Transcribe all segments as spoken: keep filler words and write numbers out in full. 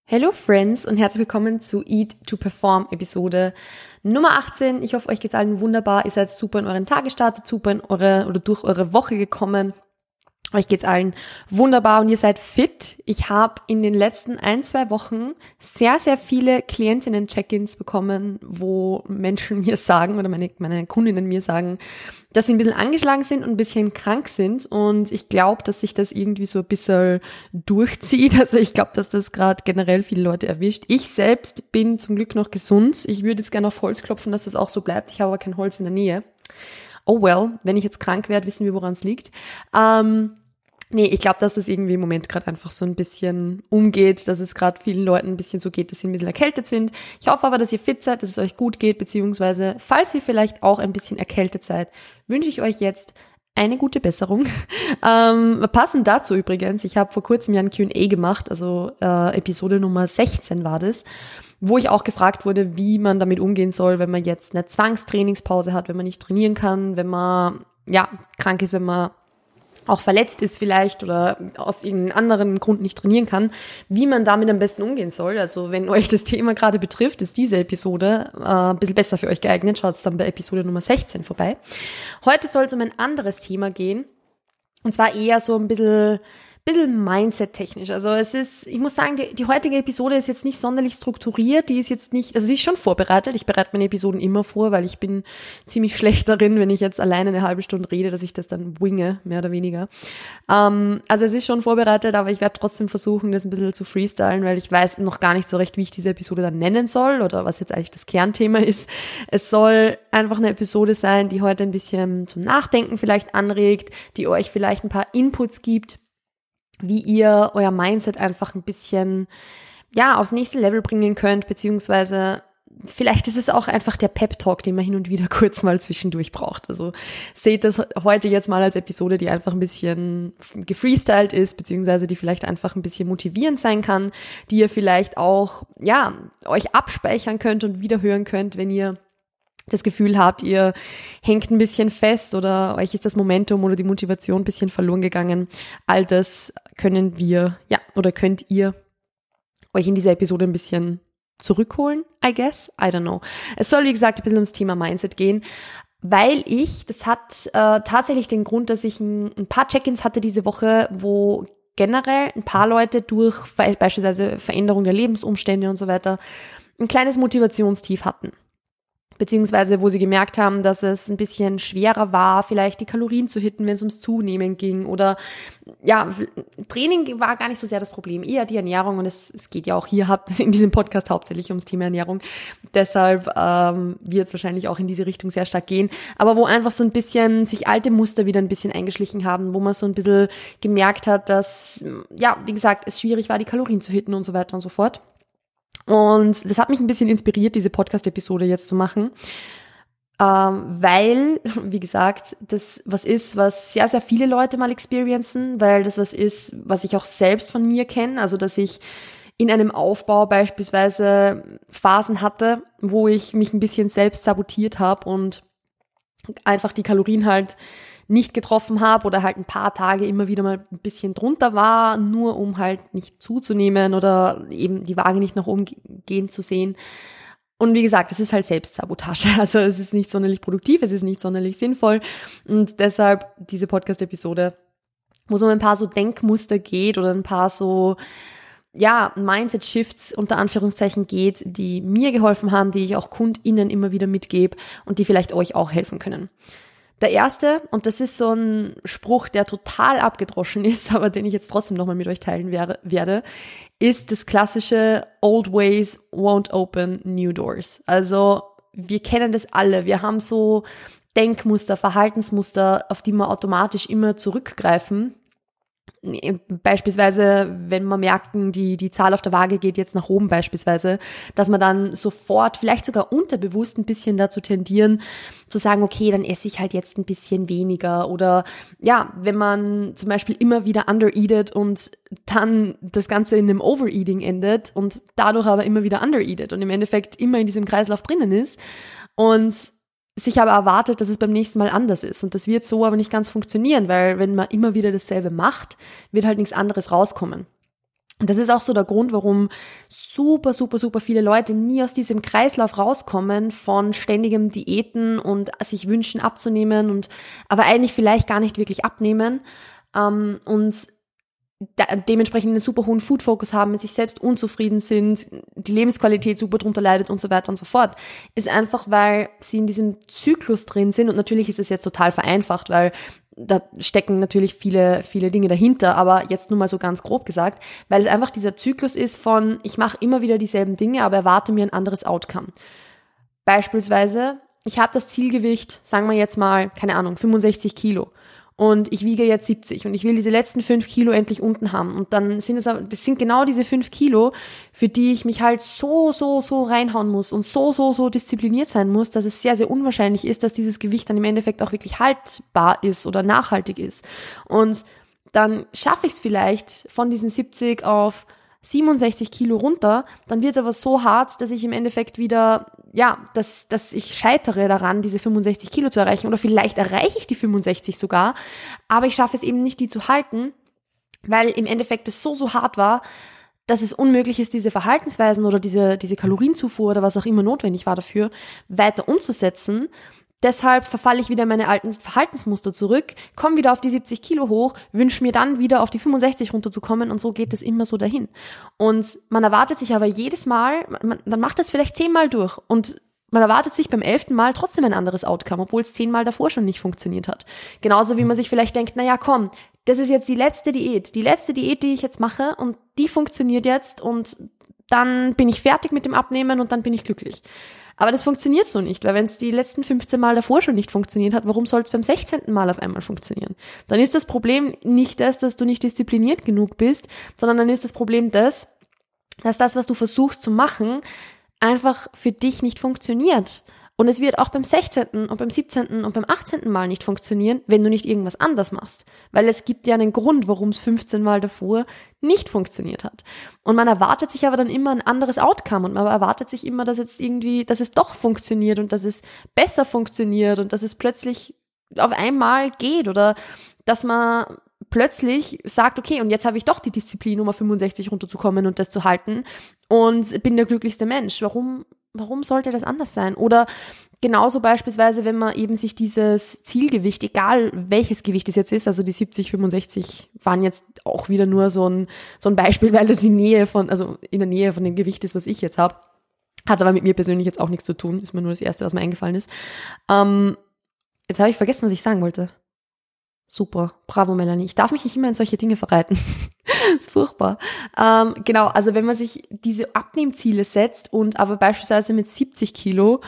Hello Friends und herzlich willkommen zu Eat to Perform Episode Nummer achtzehn. Ich hoffe, euch geht's allen wunderbar. Ihr seid super in euren Tag gestartet, super in eure oder durch eure Woche gekommen. Euch geht's allen wunderbar und ihr seid fit. Ich habe in den letzten ein, zwei Wochen sehr, sehr viele Klientinnen-Check-ins bekommen, wo Menschen mir sagen oder meine, meine Kundinnen mir sagen, dass sie ein bisschen angeschlagen sind und ein bisschen krank sind. Und ich glaube, dass sich das irgendwie so ein bisschen durchzieht. Also ich glaube, dass das gerade generell viele Leute erwischt. Ich selbst bin zum Glück noch gesund. Ich würde jetzt gerne auf Holz klopfen, dass das auch so bleibt. Ich habe aber kein Holz in der Nähe. Oh well, wenn ich jetzt krank werde, wissen wir, woran es liegt. Ähm, nee, ich glaube, dass das irgendwie im Moment gerade einfach so ein bisschen umgeht, dass es gerade vielen Leuten ein bisschen so geht, dass sie ein bisschen erkältet sind. Ich hoffe aber, dass ihr fit seid, dass es euch gut geht, beziehungsweise, falls ihr vielleicht auch ein bisschen erkältet seid, wünsche ich euch jetzt eine gute Besserung. ähm, passend dazu übrigens, ich habe vor kurzem ja ein Q and A gemacht, also äh, Episode Nummer sechzehn war das, wo ich auch gefragt wurde, wie man damit umgehen soll, wenn man jetzt eine Zwangstrainingspause hat, wenn man nicht trainieren kann, wenn man ja krank ist, wenn man auch verletzt ist vielleicht oder aus irgendeinem anderen Grund nicht trainieren kann, wie man damit am besten umgehen soll. Also wenn euch das Thema gerade betrifft, ist diese Episode äh, ein bisschen besser für euch geeignet. Schaut dann bei Episode Nummer sechzehn vorbei. Heute soll es um ein anderes Thema gehen und zwar eher so ein bisschen bisschen Mindset-technisch. Also es ist, ich muss sagen, die, die heutige Episode ist jetzt nicht sonderlich strukturiert, die ist jetzt nicht, also sie ist schon vorbereitet, ich bereite meine Episoden immer vor, weil ich bin ziemlich schlecht darin, wenn ich jetzt alleine eine halbe Stunde rede, dass ich das dann winge, mehr oder weniger. Ähm, also es ist schon vorbereitet, aber ich werde trotzdem versuchen, das ein bisschen zu freestylen, weil ich weiß noch gar nicht so recht, wie ich diese Episode dann nennen soll oder was jetzt eigentlich das Kernthema ist. Es soll einfach eine Episode sein, die heute ein bisschen zum Nachdenken vielleicht anregt, die euch vielleicht ein paar Inputs gibt, wie ihr euer Mindset einfach ein bisschen, ja, aufs nächste Level bringen könnt, beziehungsweise vielleicht ist es auch einfach der Pep-Talk, den man hin und wieder kurz mal zwischendurch braucht. Also seht das heute jetzt mal als Episode, die einfach ein bisschen gefreestylt ist, beziehungsweise die vielleicht einfach ein bisschen motivierend sein kann, die ihr vielleicht auch, ja, euch abspeichern könnt und wiederhören könnt, wenn ihr das Gefühl habt, ihr hängt ein bisschen fest oder euch ist das Momentum oder die Motivation ein bisschen verloren gegangen. All das können wir, ja, oder könnt ihr euch in dieser Episode ein bisschen zurückholen, I guess. I don't know. Es soll, wie gesagt, ein bisschen ums Thema Mindset gehen, weil ich, das hat äh, tatsächlich den Grund, dass ich ein, ein paar Check-ins hatte diese Woche, wo generell ein paar Leute durch beispielsweise Veränderung der Lebensumstände und so weiter ein kleines Motivationstief hatten. Beziehungsweise wo sie gemerkt haben, dass es ein bisschen schwerer war, vielleicht die Kalorien zu hitten, wenn es ums Zunehmen ging. Oder ja, Training war gar nicht so sehr das Problem, eher die Ernährung. Und es, es geht ja auch hier in diesem Podcast hauptsächlich ums Thema Ernährung. Deshalb ähm, wird es wahrscheinlich auch in diese Richtung sehr stark gehen. Aber wo einfach so ein bisschen sich alte Muster wieder ein bisschen eingeschlichen haben, wo man so ein bisschen gemerkt hat, dass, ja, wie gesagt, es schwierig war, die Kalorien zu hitten und so weiter und so fort. Und das hat mich ein bisschen inspiriert, diese Podcast-Episode jetzt zu machen, ähm, weil, wie gesagt, das was ist, was sehr, sehr viele Leute mal experiencen, weil das was ist, was ich auch selbst von mir kenne, also dass ich in einem Aufbau beispielsweise Phasen hatte, wo ich mich ein bisschen selbst sabotiert habe und einfach die Kalorien halt nicht getroffen habe oder halt ein paar Tage immer wieder mal ein bisschen drunter war, nur um halt nicht zuzunehmen oder eben die Waage nicht nach oben gehen zu sehen. Und wie gesagt, es ist halt Selbstsabotage. Also es ist nicht sonderlich produktiv, es ist nicht sonderlich sinnvoll. Und deshalb diese Podcast-Episode, wo es um ein paar so Denkmuster geht oder ein paar so, ja, Mindset-Shifts unter Anführungszeichen geht, die mir geholfen haben, die ich auch KundInnen immer wieder mitgebe und die vielleicht euch auch helfen können. Der erste, und das ist so ein Spruch, der total abgedroschen ist, aber den ich jetzt trotzdem nochmal mit euch teilen werde, ist das klassische Old ways won't open new doors. Also wir kennen das alle. Wir haben so Denkmuster, Verhaltensmuster, auf die wir automatisch immer zurückgreifen. Beispielsweise, wenn man merkt, die, die Zahl auf der Waage geht jetzt nach oben beispielsweise, dass man dann sofort, vielleicht sogar unterbewusst ein bisschen dazu tendieren, zu sagen, okay, dann esse ich halt jetzt ein bisschen weniger. Oder ja, wenn man zum Beispiel immer wieder undereatet und dann das Ganze in einem Overeating endet und dadurch aber immer wieder undereatet und im Endeffekt immer in diesem Kreislauf drinnen ist und sich aber erwartet, dass es beim nächsten Mal anders ist. Und das wird so aber nicht ganz funktionieren, weil wenn man immer wieder dasselbe macht, wird halt nichts anderes rauskommen. Und das ist auch so der Grund, warum super, super, super viele Leute nie aus diesem Kreislauf rauskommen von ständigem Diäten und sich wünschen abzunehmen und aber eigentlich vielleicht gar nicht wirklich abnehmen ähm, und da, dementsprechend einen super hohen Food-Focus haben, mit sich selbst unzufrieden sind, die Lebensqualität super drunter leidet und so weiter und so fort, ist einfach, weil sie in diesem Zyklus drin sind und natürlich ist es jetzt total vereinfacht, weil da stecken natürlich viele, viele Dinge dahinter, aber jetzt nur mal so ganz grob gesagt, weil es einfach dieser Zyklus ist von, ich mache immer wieder dieselben Dinge, aber erwarte mir ein anderes Outcome. Beispielsweise, ich habe das Zielgewicht, sagen wir jetzt mal, keine Ahnung, fünfundsechzig Kilo. Und ich wiege jetzt siebzig und ich will diese letzten fünf Kilo endlich unten haben. Und dann sind es, das sind genau diese fünf Kilo, für die ich mich halt so, so, so reinhauen muss und so, so, so diszipliniert sein muss, dass es sehr, sehr unwahrscheinlich ist, dass dieses Gewicht dann im Endeffekt auch wirklich haltbar ist oder nachhaltig ist. Und dann schaffe ich es vielleicht von diesen siebzig auf siebenundsechzig Kilo runter, dann wird es aber so hart, dass ich im Endeffekt wieder, ja, dass, dass ich scheitere daran, diese fünfundsechzig Kilo zu erreichen oder vielleicht erreiche ich die fünfundsechzig sogar, aber ich schaffe es eben nicht, die zu halten, weil im Endeffekt es so, so hart war, dass es unmöglich ist, diese Verhaltensweisen oder diese, diese Kalorienzufuhr oder was auch immer notwendig war dafür, weiter umzusetzen. Deshalb verfalle ich wieder in meine alten Verhaltensmuster zurück, komme wieder auf die siebzig Kilo hoch, wünsche mir dann wieder auf die fünfundsechzig runterzukommen und so geht es immer so dahin. Und man erwartet sich aber jedes Mal, man, man macht das vielleicht zehnmal durch und man erwartet sich beim elften Mal trotzdem ein anderes Outcome, obwohl es zehnmal davor schon nicht funktioniert hat. Genauso wie man sich vielleicht denkt, naja komm, das ist jetzt die letzte Diät, die letzte Diät, die ich jetzt mache und die funktioniert jetzt und dann bin ich fertig mit dem Abnehmen und dann bin ich glücklich. Aber das funktioniert so nicht, weil wenn es die letzten fünfzehn Mal davor schon nicht funktioniert hat, warum soll es beim sechzehnten Mal auf einmal funktionieren? Dann ist das Problem nicht das, dass du nicht diszipliniert genug bist, sondern dann ist das Problem das, dass das, was du versuchst zu machen, einfach für dich nicht funktioniert. Und es wird auch beim sechzehnten und beim siebzehnten und beim achtzehnten Mal nicht funktionieren, wenn du nicht irgendwas anders machst. Weil es gibt ja einen Grund, warum es fünfzehn Mal davor nicht funktioniert hat. Und man erwartet sich aber dann immer ein anderes Outcome und man erwartet sich immer, dass jetzt irgendwie, dass es doch funktioniert und dass es besser funktioniert und dass es plötzlich auf einmal geht oder dass man plötzlich sagt, okay, und jetzt habe ich doch die Disziplin, um auf fünfundsechzig runterzukommen und das zu halten und bin der glücklichste Mensch. Warum Warum sollte das anders sein? Oder genauso beispielsweise, wenn man eben sich dieses Zielgewicht, egal welches Gewicht es jetzt ist, also die siebzig, fünfundsechzig waren jetzt auch wieder nur so ein, so ein Beispiel, weil das in Nähe von, also in der Nähe von dem Gewicht ist, was ich jetzt habe. Hat aber mit mir persönlich jetzt auch nichts zu tun. Ist mir nur das Erste, was mir eingefallen ist. Ähm, jetzt habe ich vergessen, was ich sagen wollte. Super, bravo Melanie. Ich darf mich nicht immer in solche Dinge verreiten. Das ist furchtbar. Ähm, genau, also wenn man sich diese Abnehmziele setzt und aber beispielsweise mit siebzig Kilo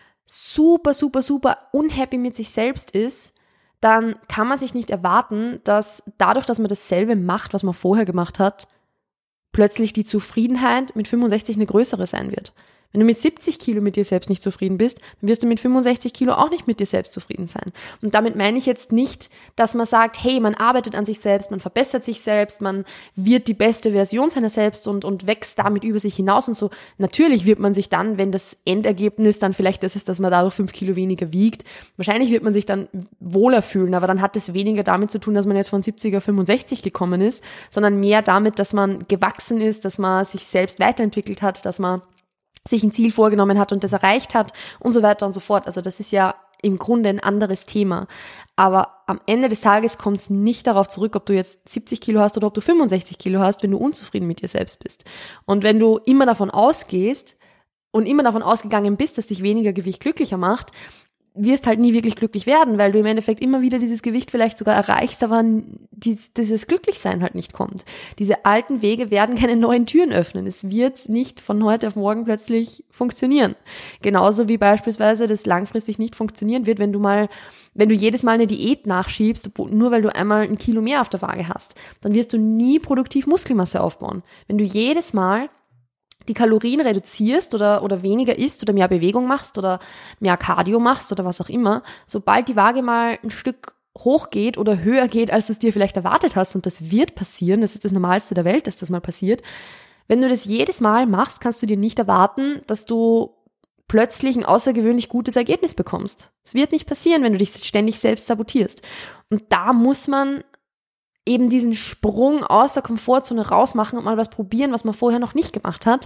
super, super, super unhappy mit sich selbst ist, dann kann man sich nicht erwarten, dass dadurch, dass man dasselbe macht, was man vorher gemacht hat, plötzlich die Zufriedenheit mit fünfundsechzig eine größere sein wird. Wenn du mit siebzig Kilo mit dir selbst nicht zufrieden bist, dann wirst du mit fünfundsechzig Kilo auch nicht mit dir selbst zufrieden sein. Und damit meine ich jetzt nicht, dass man sagt, hey, man arbeitet an sich selbst, man verbessert sich selbst, man wird die beste Version seiner selbst und, und wächst damit über sich hinaus und so. Natürlich wird man sich dann, wenn das Endergebnis dann vielleicht das ist, dass man dadurch fünf Kilo weniger wiegt, wahrscheinlich wird man sich dann wohler fühlen, aber dann hat es weniger damit zu tun, dass man jetzt von siebzig auf fünfundsechzig gekommen ist, sondern mehr damit, dass man gewachsen ist, dass man sich selbst weiterentwickelt hat, dass man sich ein Ziel vorgenommen hat und das erreicht hat und so weiter und so fort. Also das ist ja im Grunde ein anderes Thema. Aber am Ende des Tages kommt es nicht darauf zurück, ob du jetzt siebzig Kilo hast oder ob du fünfundsechzig Kilo hast, wenn du unzufrieden mit dir selbst bist. Und wenn du immer davon ausgehst und immer davon ausgegangen bist, dass dich weniger Gewicht glücklicher macht, wirst halt nie wirklich glücklich werden, weil du im Endeffekt immer wieder dieses Gewicht vielleicht sogar erreichst, aber die, dieses Glücklichsein halt nicht kommt. Diese alten Wege werden keine neuen Türen öffnen. Es wird nicht von heute auf morgen plötzlich funktionieren. Genauso wie beispielsweise das langfristig nicht funktionieren wird, wenn du mal, wenn du jedes Mal eine Diät nachschiebst, nur weil du einmal ein Kilo mehr auf der Waage hast, dann wirst du nie produktiv Muskelmasse aufbauen. Wenn du jedes Mal die Kalorien reduzierst oder, oder weniger isst oder mehr Bewegung machst oder mehr Cardio machst oder was auch immer, sobald die Waage mal ein Stück hochgeht oder höher geht, als du es dir vielleicht erwartet hast, und das wird passieren, das ist das Normalste der Welt, dass das mal passiert, wenn du das jedes Mal machst, kannst du dir nicht erwarten, dass du plötzlich ein außergewöhnlich gutes Ergebnis bekommst. Es wird nicht passieren, wenn du dich ständig selbst sabotierst. Und da muss man eben diesen Sprung aus der Komfortzone rausmachen und mal was probieren, was man vorher noch nicht gemacht hat,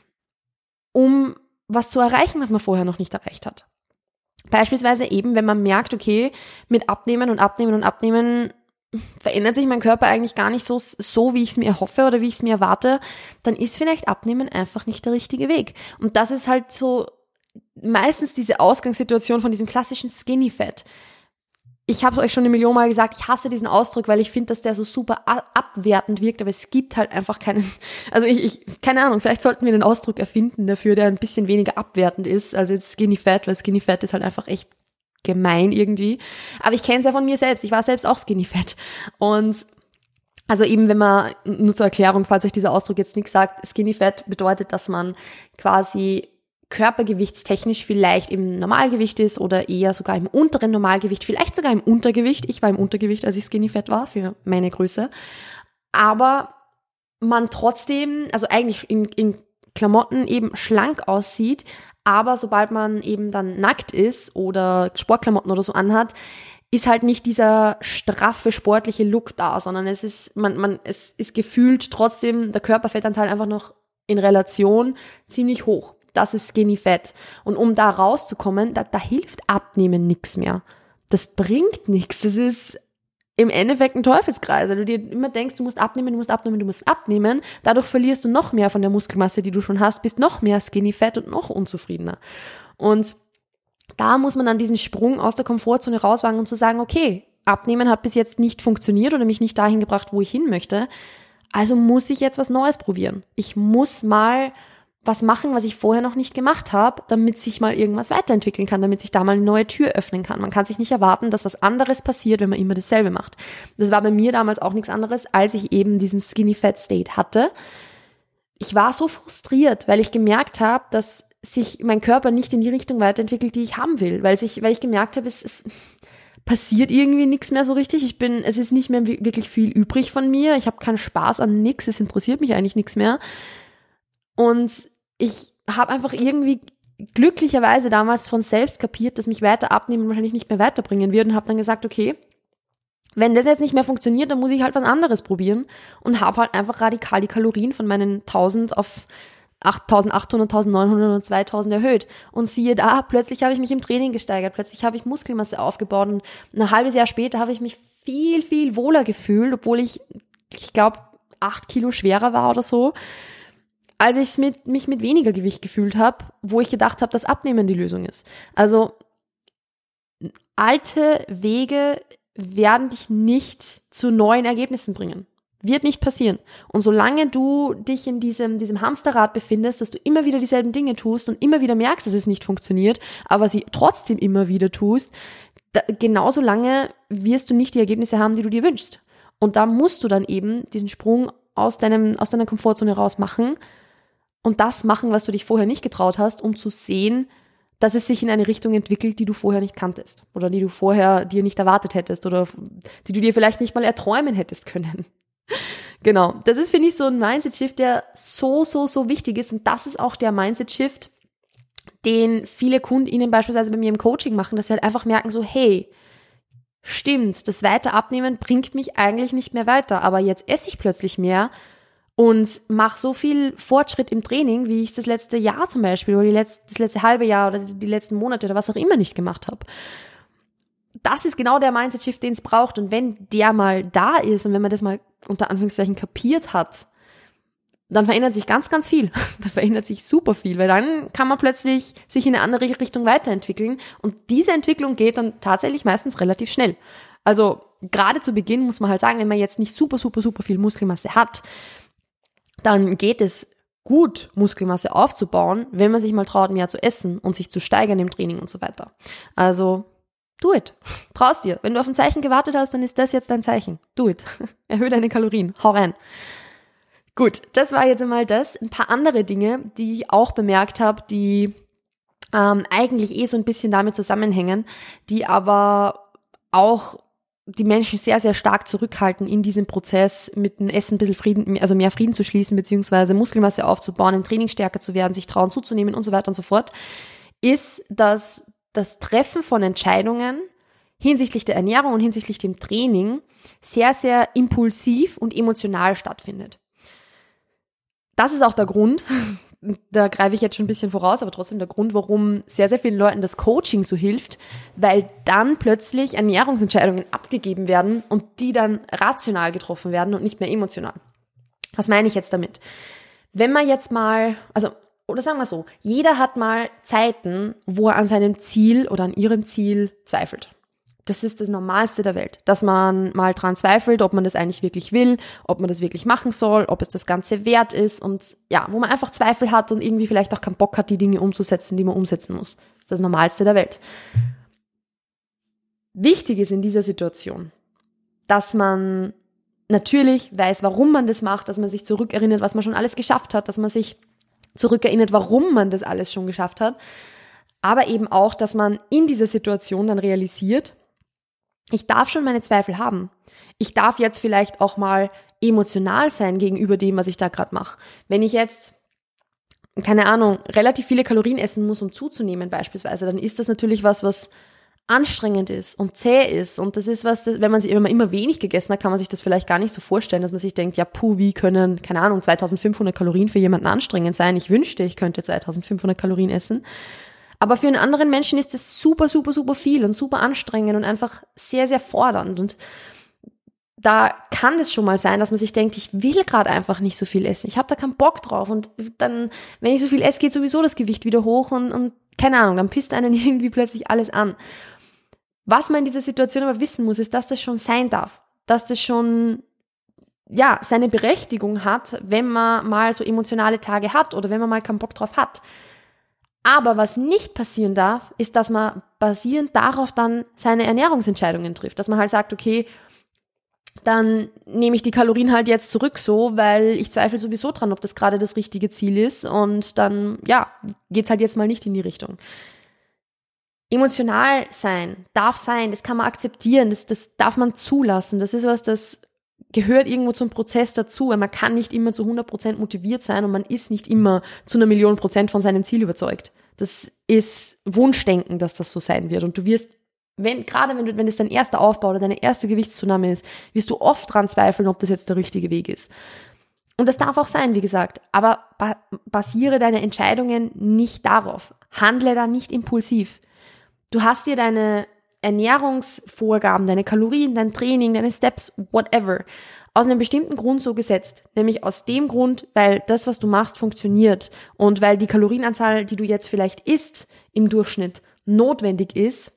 um was zu erreichen, was man vorher noch nicht erreicht hat. Beispielsweise eben, wenn man merkt, okay, mit Abnehmen und Abnehmen und Abnehmen verändert sich mein Körper eigentlich gar nicht so, so wie ich es mir erhoffe oder wie ich es mir erwarte, dann ist vielleicht Abnehmen einfach nicht der richtige Weg. Und das ist halt so meistens diese Ausgangssituation von diesem klassischen Skinny Fat. Ich habe es euch schon eine Million Mal gesagt, ich hasse diesen Ausdruck, weil ich finde, dass der so super abwertend wirkt, aber es gibt halt einfach keinen, also ich, ich, keine Ahnung, vielleicht sollten wir einen Ausdruck erfinden dafür, der ein bisschen weniger abwertend ist, also jetzt Skinny Fat, weil Skinny Fat ist halt einfach echt gemein irgendwie. Aber ich kenne es ja von mir selbst, ich war selbst auch Skinny Fat. Und also eben, wenn man, nur zur Erklärung, falls euch dieser Ausdruck jetzt nichts sagt, Skinny Fat bedeutet, dass man quasi körpergewichtstechnisch vielleicht im Normalgewicht ist oder eher sogar im unteren Normalgewicht, vielleicht sogar im Untergewicht. Ich war im Untergewicht, als ich Skinny Fat war, für meine Größe. Aber man trotzdem, also eigentlich in, in Klamotten eben schlank aussieht, aber sobald man eben dann nackt ist oder Sportklamotten oder so anhat, ist halt nicht dieser straffe, sportliche Look da, sondern es ist, man, man, es ist gefühlt trotzdem der Körperfettanteil einfach noch in Relation ziemlich hoch. Das ist Skinny Fat. Und um da rauszukommen, da, da hilft Abnehmen nichts mehr. Das bringt nichts. Das ist im Endeffekt ein Teufelskreis, weil du dir immer denkst, du musst abnehmen, du musst abnehmen, du musst abnehmen. Dadurch verlierst du noch mehr von der Muskelmasse, die du schon hast, bist noch mehr Skinny Fat und noch unzufriedener. Und da muss man dann diesen Sprung aus der Komfortzone rauswagen und zu sagen, okay, Abnehmen hat bis jetzt nicht funktioniert oder mich nicht dahin gebracht, wo ich hin möchte. Also muss ich jetzt was Neues probieren. Ich muss mal was machen, was ich vorher noch nicht gemacht habe, damit sich mal irgendwas weiterentwickeln kann, damit sich da mal eine neue Tür öffnen kann. Man kann sich nicht erwarten, dass was anderes passiert, wenn man immer dasselbe macht. Das war bei mir damals auch nichts anderes, als ich eben diesen Skinny Fat State hatte. Ich war so frustriert, weil ich gemerkt habe, dass sich mein Körper nicht in die Richtung weiterentwickelt, die ich haben will, weil sich, weil ich gemerkt habe, es, es passiert irgendwie nichts mehr so richtig. Ich bin, es ist nicht mehr wirklich viel übrig von mir. Ich habe keinen Spaß an nichts. Es interessiert mich eigentlich nichts mehr. Und ich habe einfach irgendwie glücklicherweise damals von selbst kapiert, dass mich weiter abnehmen wahrscheinlich nicht mehr weiterbringen wird und habe dann gesagt, okay, wenn das jetzt nicht mehr funktioniert, dann muss ich halt was anderes probieren und habe halt einfach radikal die Kalorien von meinen tausend auf achttausendachthundert, eintausendneunhundert und zweitausend erhöht. Und siehe da, plötzlich habe ich mich im Training gesteigert, plötzlich habe ich Muskelmasse aufgebaut und ein halbes Jahr später habe ich mich viel, viel wohler gefühlt, obwohl ich, ich glaube, acht Kilo schwerer war oder so, als ich mit, mich mit weniger Gewicht gefühlt habe, wo ich gedacht habe, dass Abnehmen die Lösung ist. Also alte Wege werden dich nicht zu neuen Ergebnissen bringen. Wird nicht passieren. Und solange du dich in diesem, diesem Hamsterrad befindest, dass du immer wieder dieselben Dinge tust und immer wieder merkst, dass es nicht funktioniert, aber sie trotzdem immer wieder tust, da, genauso lange wirst du nicht die Ergebnisse haben, die du dir wünschst. Und da musst du dann eben diesen Sprung aus deinem, aus deiner Komfortzone raus machen und das machen, was du dich vorher nicht getraut hast, um zu sehen, dass es sich in eine Richtung entwickelt, die du vorher nicht kanntest oder die du vorher dir nicht erwartet hättest oder die du dir vielleicht nicht mal erträumen hättest können. Genau, das ist, finde ich, so ein Mindset-Shift, der so, so, so wichtig ist und das ist auch der Mindset-Shift, den viele KundInnen beispielsweise bei mir im Coaching machen, dass sie halt einfach merken so, hey, stimmt, das weiter Abnehmen bringt mich eigentlich nicht mehr weiter, aber jetzt esse ich plötzlich mehr und mache so viel Fortschritt im Training, wie ich das letzte Jahr zum Beispiel oder die letzte, das letzte halbe Jahr oder die letzten Monate oder was auch immer nicht gemacht habe. Das ist genau der Mindset-Shift, den es braucht. Und wenn der mal da ist und wenn man das mal unter Anführungszeichen kapiert hat, dann verändert sich ganz, ganz viel. Dann verändert sich super viel, weil dann kann man plötzlich sich in eine andere Richtung weiterentwickeln. Und diese Entwicklung geht dann tatsächlich meistens relativ schnell. Also gerade zu Beginn muss man halt sagen, wenn man jetzt nicht super, super, super viel Muskelmasse hat, dann geht es gut, Muskelmasse aufzubauen, wenn man sich mal traut, mehr zu essen und sich zu steigern im Training und so weiter. Also do it. Traust dir. Wenn du auf ein Zeichen gewartet hast, dann ist das jetzt dein Zeichen. Do it. Erhöhe deine Kalorien. Hau rein. Gut, das war jetzt einmal das. Ein paar andere Dinge, die ich auch bemerkt habe, die ähm, eigentlich eh so ein bisschen damit zusammenhängen, die aber auch die Menschen sehr, sehr stark zurückhalten in diesem Prozess, mit dem Essen ein bisschen Frieden, also mehr Frieden zu schließen, beziehungsweise Muskelmasse aufzubauen, im Training stärker zu werden, sich trauen zuzunehmen und so weiter und so fort, ist, dass das Treffen von Entscheidungen, hinsichtlich der Ernährung und hinsichtlich dem Training sehr, sehr impulsiv und emotional stattfindet. Das ist auch der Grund, da greife ich jetzt schon ein bisschen voraus, aber trotzdem der Grund, warum sehr, sehr vielen Leuten das Coaching so hilft, weil dann plötzlich Ernährungsentscheidungen abgegeben werden und die dann rational getroffen werden und nicht mehr emotional. Was meine ich jetzt damit? Wenn man jetzt mal, also, oder sagen wir so, jeder hat mal Zeiten, wo er an seinem Ziel oder an ihrem Ziel zweifelt. Das ist das Normalste der Welt, dass man mal dran zweifelt, ob man das eigentlich wirklich will, ob man das wirklich machen soll, ob es das Ganze wert ist und ja, wo man einfach Zweifel hat und irgendwie vielleicht auch keinen Bock hat, die Dinge umzusetzen, die man umsetzen muss. Das ist das Normalste der Welt. Wichtig ist in dieser Situation, dass man natürlich weiß, warum man das macht, dass man sich zurückerinnert, was man schon alles geschafft hat, dass man sich zurückerinnert, warum man das alles schon geschafft hat, aber eben auch, dass man in dieser Situation dann realisiert, ich darf schon meine Zweifel haben. Ich darf jetzt vielleicht auch mal emotional sein gegenüber dem, was ich da gerade mache. Wenn ich jetzt, keine Ahnung, relativ viele Kalorien essen muss, um zuzunehmen beispielsweise, dann ist das natürlich was, was anstrengend ist und zäh ist. Und das ist was, wenn man, wenn man immer wenig gegessen hat, kann man sich das vielleicht gar nicht so vorstellen, dass man sich denkt, ja puh, wie können, keine Ahnung, zweitausendfünfhundert Kalorien für jemanden anstrengend sein? Ich wünschte, ich könnte zweitausendfünfhundert Kalorien essen. Aber für einen anderen Menschen ist das super, super, super viel und super anstrengend und einfach sehr, sehr fordernd. Und da kann es schon mal sein, dass man sich denkt, ich will gerade einfach nicht so viel essen. Ich habe da keinen Bock drauf. Und dann, wenn ich so viel esse, geht sowieso das Gewicht wieder hoch und, und keine Ahnung, dann pisst einen irgendwie plötzlich alles an. Was man in dieser Situation aber wissen muss, ist, dass das schon sein darf. Dass das schon, ja, seine Berechtigung hat, wenn man mal so emotionale Tage hat oder wenn man mal keinen Bock drauf hat. Aber was nicht passieren darf, ist, dass man basierend darauf dann seine Ernährungsentscheidungen trifft. Dass man halt sagt, okay, dann nehme ich die Kalorien halt jetzt zurück so, weil ich zweifle sowieso dran, ob das gerade das richtige Ziel ist und dann, ja, geht's halt jetzt mal nicht in die Richtung. Emotional sein, darf sein, das kann man akzeptieren, das, das darf man zulassen. Das ist was, das gehört irgendwo zum Prozess dazu, weil man kann nicht immer zu hundert Prozent motiviert sein und man ist nicht immer zu einer Million Prozent von seinem Ziel überzeugt. Das ist Wunschdenken, dass das so sein wird und du wirst, wenn, gerade wenn du, wenn das dein erster Aufbau oder deine erste Gewichtszunahme ist, wirst du oft dran zweifeln, ob das jetzt der richtige Weg ist. Und das darf auch sein, wie gesagt, aber ba- basiere deine Entscheidungen nicht darauf. Handle da nicht impulsiv. Du hast dir deine Ernährungsvorgaben, deine Kalorien, dein Training, deine Steps, whatever, aus einem bestimmten Grund so gesetzt. Nämlich aus dem Grund, weil das, was du machst, funktioniert und weil die Kalorienanzahl, die du jetzt vielleicht isst, im Durchschnitt notwendig ist,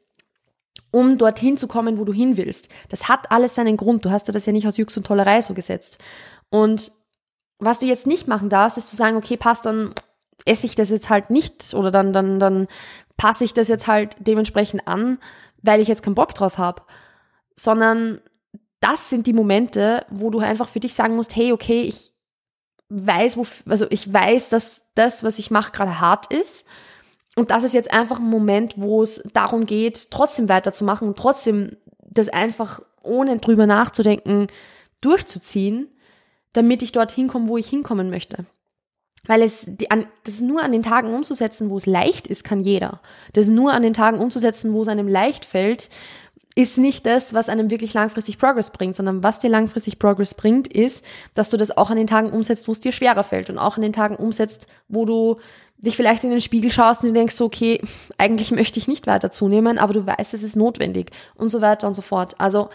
um dorthin zu kommen, wo du hin willst. Das hat alles seinen Grund. Du hast dir das ja nicht aus Jux und Tollerei so gesetzt. Und was du jetzt nicht machen darfst, ist zu sagen, okay, passt, dann esse ich das jetzt halt nicht oder dann, dann, dann passe ich das jetzt halt dementsprechend an, weil ich jetzt keinen Bock drauf habe, sondern das sind die Momente, wo du einfach für dich sagen musst, hey, okay, ich weiß, wo, also ich weiß, dass das, was ich mache, gerade hart ist und das ist jetzt einfach ein Moment, wo es darum geht, trotzdem weiterzumachen und trotzdem das einfach ohne drüber nachzudenken durchzuziehen, damit ich dorthin komme, wo ich hinkommen möchte. Weil es, die, an, das nur an den Tagen umzusetzen, wo es leicht ist, kann jeder. Das nur an den Tagen umzusetzen, wo es einem leicht fällt, ist nicht das, was einem wirklich langfristig Progress bringt, sondern was dir langfristig Progress bringt, ist, dass du das auch an den Tagen umsetzt, wo es dir schwerer fällt und auch an den Tagen umsetzt, wo du dich vielleicht in den Spiegel schaust und du denkst so, okay, eigentlich möchte ich nicht weiter zunehmen, aber du weißt, es ist notwendig und so weiter und so fort. Also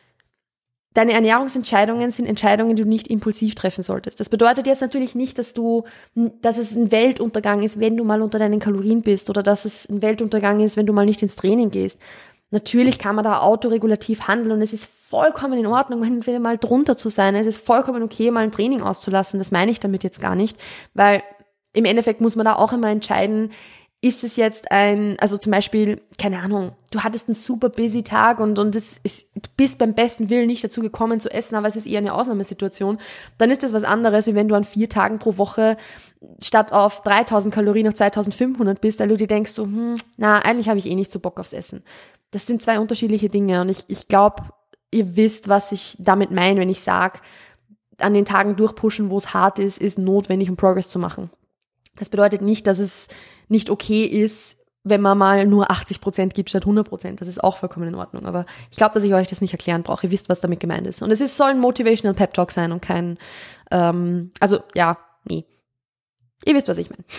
deine Ernährungsentscheidungen sind Entscheidungen, die du nicht impulsiv treffen solltest. Das bedeutet jetzt natürlich nicht, dass du, dass es ein Weltuntergang ist, wenn du mal unter deinen Kalorien bist oder dass es ein Weltuntergang ist, wenn du mal nicht ins Training gehst. Natürlich kann man da autoregulativ handeln und es ist vollkommen in Ordnung, entweder mal drunter zu sein. Es ist vollkommen okay, mal ein Training auszulassen. Das meine ich damit jetzt gar nicht, weil im Endeffekt muss man da auch immer entscheiden, ist es jetzt ein, also zum Beispiel, keine Ahnung, du hattest einen super busy Tag und, und es ist, du bist beim besten Willen nicht dazu gekommen zu essen, aber es ist eher eine Ausnahmesituation, dann ist das was anderes, wie wenn du an vier Tagen pro Woche statt auf dreitausend Kalorien auf zweitausendfünfhundert bist, weil du dir denkst so, hm, na, eigentlich habe ich eh nicht so Bock aufs Essen. Das sind zwei unterschiedliche Dinge und ich, ich glaube, ihr wisst, was ich damit meine, wenn ich sage, an den Tagen durchpushen, wo es hart ist, ist notwendig, um Progress zu machen. Das bedeutet nicht, dass es nicht okay ist, wenn man mal nur achtzig Prozent gibt statt hundert Prozent. Das ist auch vollkommen in Ordnung. Aber ich glaube, dass ich euch das nicht erklären brauche. Ihr wisst, was damit gemeint ist. Und es ist, soll ein Motivational Pep Talk sein und kein, ähm, also ja, nee. Ihr wisst, was ich meine.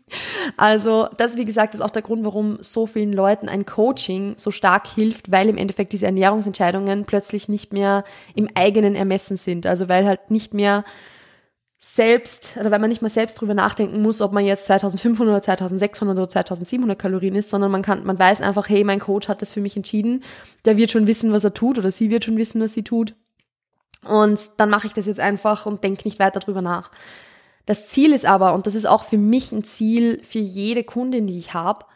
Also das, wie gesagt, ist auch der Grund, warum so vielen Leuten ein Coaching so stark hilft, weil im Endeffekt diese Ernährungsentscheidungen plötzlich nicht mehr im eigenen Ermessen sind. Also weil halt nicht mehr selbst, oder weil man nicht mal selbst drüber nachdenken muss, ob man jetzt zweitausendfünfhundert oder zweitausendsechshundert oder zweitausendsiebenhundert Kalorien isst, sondern man kann, man weiß einfach, hey, mein Coach hat das für mich entschieden, der wird schon wissen, was er tut, oder sie wird schon wissen, was sie tut. Und dann mache ich das jetzt einfach und denke nicht weiter drüber nach. Das Ziel ist aber, und das ist auch für mich ein Ziel für jede Kundin, die ich habe,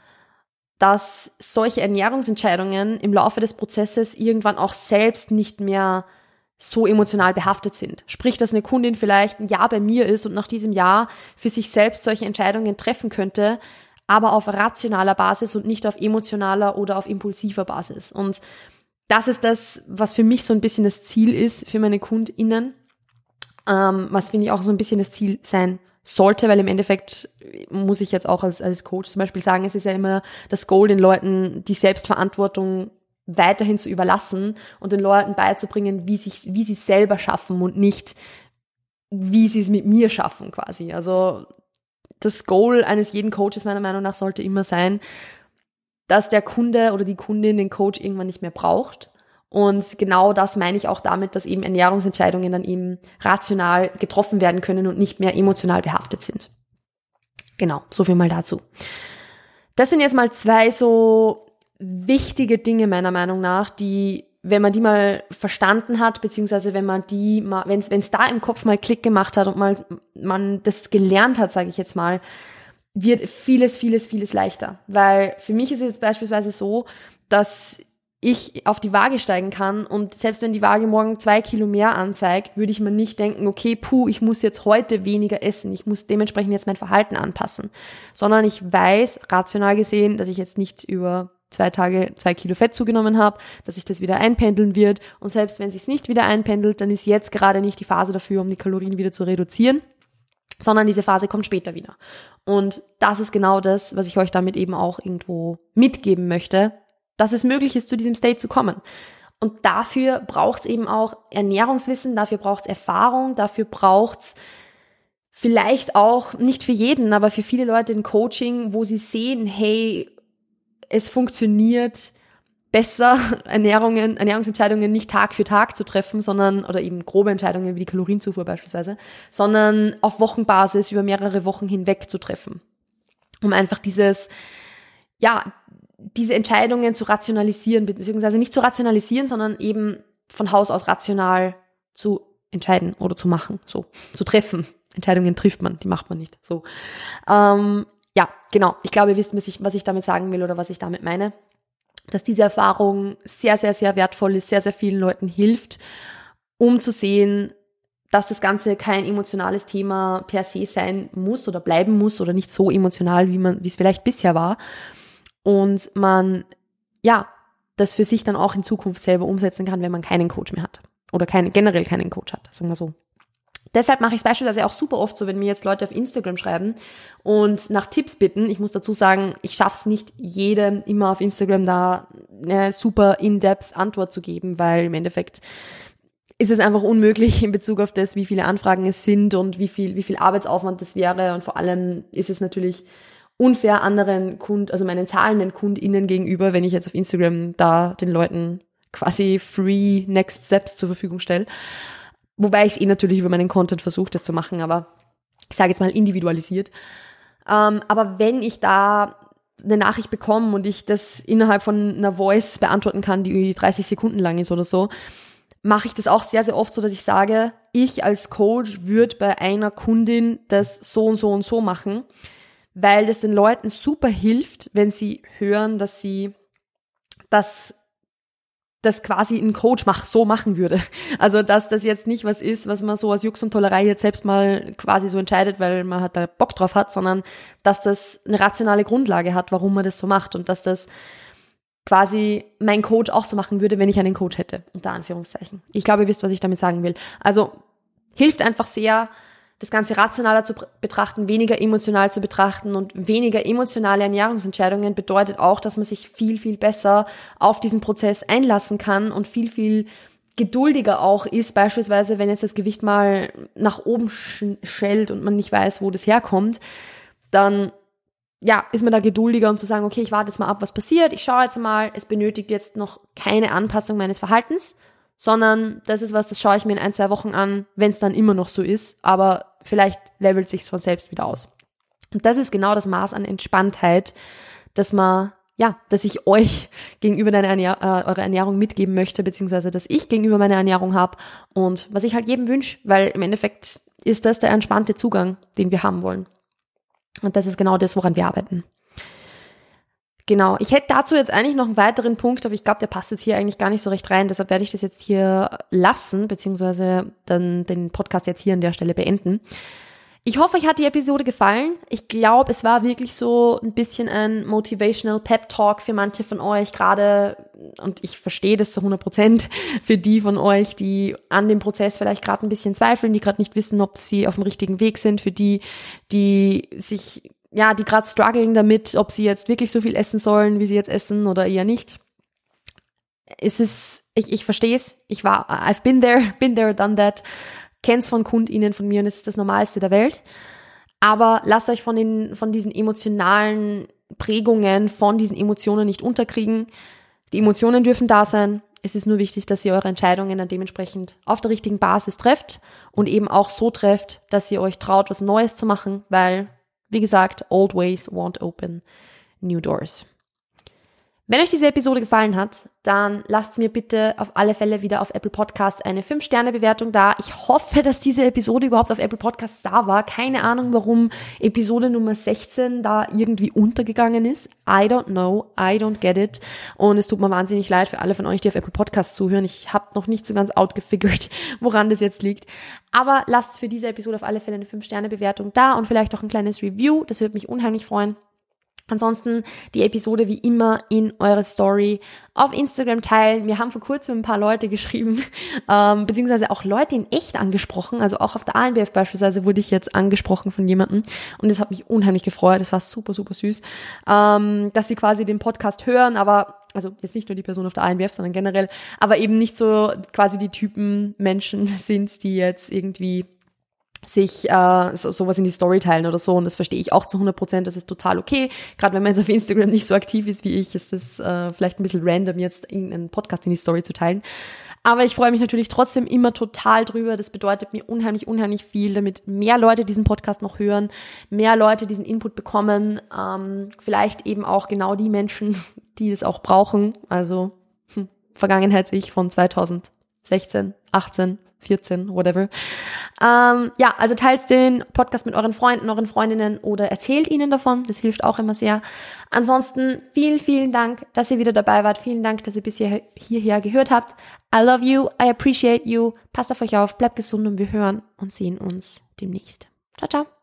dass solche Ernährungsentscheidungen im Laufe des Prozesses irgendwann auch selbst nicht mehr so emotional behaftet sind. Sprich, dass eine Kundin vielleicht ein Jahr bei mir ist und nach diesem Jahr für sich selbst solche Entscheidungen treffen könnte, aber auf rationaler Basis und nicht auf emotionaler oder auf impulsiver Basis. Und das ist das, was für mich so ein bisschen das Ziel ist für meine KundInnen, ähm, was finde ich auch so ein bisschen das Ziel sein sollte, weil im Endeffekt muss ich jetzt auch als, als Coach zum Beispiel sagen, es ist ja immer das Goal, den Leuten die Selbstverantwortung weiterhin zu überlassen und den Leuten beizubringen, wie sich, wie sie es selber schaffen und nicht, wie sie es mit mir schaffen quasi. Also das Goal eines jeden Coaches meiner Meinung nach sollte immer sein, dass der Kunde oder die Kundin den Coach irgendwann nicht mehr braucht. Und genau das meine ich auch damit, dass eben Ernährungsentscheidungen dann eben rational getroffen werden können und nicht mehr emotional behaftet sind. Genau, so viel mal dazu. Das sind jetzt mal zwei so wichtige Dinge meiner Meinung nach, die, wenn man die mal verstanden hat, beziehungsweise wenn man die mal, wenn es wenn es da im Kopf mal Klick gemacht hat und mal man das gelernt hat, sage ich jetzt mal, wird vieles, vieles, vieles leichter. Weil für mich ist es jetzt beispielsweise so, dass ich auf die Waage steigen kann und selbst wenn die Waage morgen zwei Kilo mehr anzeigt, würde ich mir nicht denken, okay, puh, ich muss jetzt heute weniger essen, ich muss dementsprechend jetzt mein Verhalten anpassen, sondern ich weiß, rational gesehen, dass ich jetzt nicht über zwei Tage zwei Kilo Fett zugenommen habe, dass sich das wieder einpendeln wird und selbst wenn es sich nicht wieder einpendelt, dann ist jetzt gerade nicht die Phase dafür, um die Kalorien wieder zu reduzieren, sondern diese Phase kommt später wieder. Und das ist genau das, was ich euch damit eben auch irgendwo mitgeben möchte, dass es möglich ist, zu diesem State zu kommen. Und dafür braucht es eben auch Ernährungswissen, dafür braucht es Erfahrung, dafür braucht es vielleicht auch, nicht für jeden, aber für viele Leute ein Coaching, wo sie sehen, hey, es funktioniert besser, Ernährungen, Ernährungsentscheidungen nicht Tag für Tag zu treffen, sondern, oder eben grobe Entscheidungen wie die Kalorienzufuhr beispielsweise, sondern auf Wochenbasis über mehrere Wochen hinweg zu treffen. Um einfach dieses, ja, diese Entscheidungen zu rationalisieren, beziehungsweise nicht zu rationalisieren, sondern eben von Haus aus rational zu entscheiden oder zu machen, so, zu treffen. Entscheidungen trifft man, die macht man nicht, so. Ähm, ja, genau. Ich glaube, ihr wisst, was ich damit sagen will oder was ich damit meine. Dass diese Erfahrung sehr, sehr, sehr wertvoll ist, sehr, sehr vielen Leuten hilft, um zu sehen, dass das Ganze kein emotionales Thema per se sein muss oder bleiben muss oder nicht so emotional, wie man, wie es vielleicht bisher war. Und man, ja, das für sich dann auch in Zukunft selber umsetzen kann, wenn man keinen Coach mehr hat. Oder keine, generell keinen Coach hat, sagen wir so. Deshalb mache ich es beispielsweise auch super oft so, wenn mir jetzt Leute auf Instagram schreiben und nach Tipps bitten. Ich muss dazu sagen, ich schaffe es nicht, jedem immer auf Instagram da eine super in-depth Antwort zu geben, weil im Endeffekt ist es einfach unmöglich in Bezug auf das, wie viele Anfragen es sind und wie viel, wie viel Arbeitsaufwand das wäre. Und vor allem ist es natürlich unfair anderen Kunden, also meinen zahlenden KundInnen gegenüber, wenn ich jetzt auf Instagram da den Leuten quasi free Next Steps zur Verfügung stelle. Wobei ich es eh natürlich über meinen Content versuche, das zu machen, aber ich sage jetzt mal individualisiert. Ähm, aber wenn ich da eine Nachricht bekomme und ich das innerhalb von einer Voice beantworten kann, die dreißig Sekunden lang ist oder so, mache ich das auch sehr, sehr oft so, dass ich sage, ich als Coach würde bei einer Kundin das so und so und so machen, weil das den Leuten super hilft, wenn sie hören, dass sie das, das quasi ein Coach mach, so machen würde. Also, dass das jetzt nicht was ist, was man so aus Jux und Tollerei jetzt selbst mal quasi so entscheidet, weil man halt da Bock drauf hat, sondern dass das eine rationale Grundlage hat, warum man das so macht und dass das quasi mein Coach auch so machen würde, wenn ich einen Coach hätte, unter Anführungszeichen. Ich glaube, ihr wisst, was ich damit sagen will. Also, hilft einfach sehr, das Ganze rationaler zu betrachten, weniger emotional zu betrachten, und weniger emotionale Ernährungsentscheidungen bedeutet auch, dass man sich viel, viel besser auf diesen Prozess einlassen kann und viel, viel geduldiger auch ist, beispielsweise wenn jetzt das Gewicht mal nach oben schellt und man nicht weiß, wo das herkommt, dann ja, ist man da geduldiger, um zu sagen, okay, ich warte jetzt mal ab, was passiert, ich schaue jetzt mal, es benötigt jetzt noch keine Anpassung meines Verhaltens, sondern das ist was, das schaue ich mir in ein, zwei Wochen an, wenn es dann immer noch so ist, aber vielleicht levelt sich's von selbst wieder aus. Und das ist genau das Maß an Entspanntheit, dass man, ja, dass ich euch gegenüber deiner Ernähr- äh, eure Ernährung mitgeben möchte, beziehungsweise dass ich gegenüber meiner Ernährung habe und was ich halt jedem wünsche, weil im Endeffekt ist das der entspannte Zugang, den wir haben wollen. Und das ist genau das, woran wir arbeiten. Genau, ich hätte dazu jetzt eigentlich noch einen weiteren Punkt, aber ich glaube, der passt jetzt hier eigentlich gar nicht so recht rein. Deshalb werde ich das jetzt hier lassen, beziehungsweise dann den Podcast jetzt hier an der Stelle beenden. Ich hoffe, euch hat die Episode gefallen. Ich glaube, es war wirklich so ein bisschen ein Motivational Pep Talk für manche von euch gerade, und ich verstehe das zu hundert Prozent für die von euch, die an dem Prozess vielleicht gerade ein bisschen zweifeln, die gerade nicht wissen, ob sie auf dem richtigen Weg sind, für die, die sich, ja, die gerade strugglen damit, ob sie jetzt wirklich so viel essen sollen, wie sie jetzt essen oder eher nicht. Es ist, ich, ich verstehe es. Ich war, I've been there, been there, done that. Kenn's von KundInnen von mir und es ist das Normalste der Welt. Aber lasst euch von den, von diesen emotionalen Prägungen, von diesen Emotionen nicht unterkriegen. Die Emotionen dürfen da sein. Es ist nur wichtig, dass ihr eure Entscheidungen dann dementsprechend auf der richtigen Basis trefft und eben auch so trefft, dass ihr euch traut, was Neues zu machen, weil, wie gesagt, old ways won't open new doors. Wenn euch diese Episode gefallen hat, dann lasst mir bitte auf alle Fälle wieder auf Apple Podcasts eine fünf Sterne Bewertung da. Ich hoffe, dass diese Episode überhaupt auf Apple Podcasts da war. Keine Ahnung, warum Episode Nummer sechzehn da irgendwie untergegangen ist. I don't know, I don't get it. Und es tut mir wahnsinnig leid für alle von euch, die auf Apple Podcasts zuhören. Ich habe noch nicht so ganz outgefigured, woran das jetzt liegt. Aber lasst für diese Episode auf alle Fälle eine fünf Sterne Bewertung da und vielleicht auch ein kleines Review. Das würde mich unheimlich freuen. Ansonsten die Episode wie immer in eure Story auf Instagram teilen. Mir haben vor kurzem ein paar Leute geschrieben, ähm, beziehungsweise auch Leute in echt angesprochen. Also auch auf der A N B F beispielsweise wurde ich jetzt angesprochen von jemandem. Und das hat mich unheimlich gefreut. Das war super, super süß, ähm, dass sie quasi den Podcast hören, aber also jetzt nicht nur die Person auf der A N B F, sondern generell, aber eben nicht so quasi die Typen Menschen sind, die jetzt irgendwie sich äh, so, sowas in die Story teilen oder so, und das verstehe ich auch zu hundert Prozent, das ist total okay. Gerade wenn man jetzt auf Instagram nicht so aktiv ist wie ich, ist das äh, vielleicht ein bisschen random, jetzt irgendeinen Podcast in die Story zu teilen. Aber ich freue mich natürlich trotzdem immer total drüber. Das bedeutet mir unheimlich, unheimlich viel, damit mehr Leute diesen Podcast noch hören, mehr Leute diesen Input bekommen, ähm, vielleicht eben auch genau die Menschen, die das auch brauchen. Also hm, Vergangenheits-Ich von zweitausendsechzehn, achtzehn, vierzehn, whatever. Ähm, ja, also teilt den Podcast mit euren Freunden, euren Freundinnen oder erzählt ihnen davon. Das hilft auch immer sehr. Ansonsten vielen, vielen Dank, dass ihr wieder dabei wart. Vielen Dank, dass ihr bis hier, hierher gehört habt. I love you. I appreciate you. Passt auf euch auf. Bleibt gesund und wir hören und sehen uns demnächst. Ciao, ciao.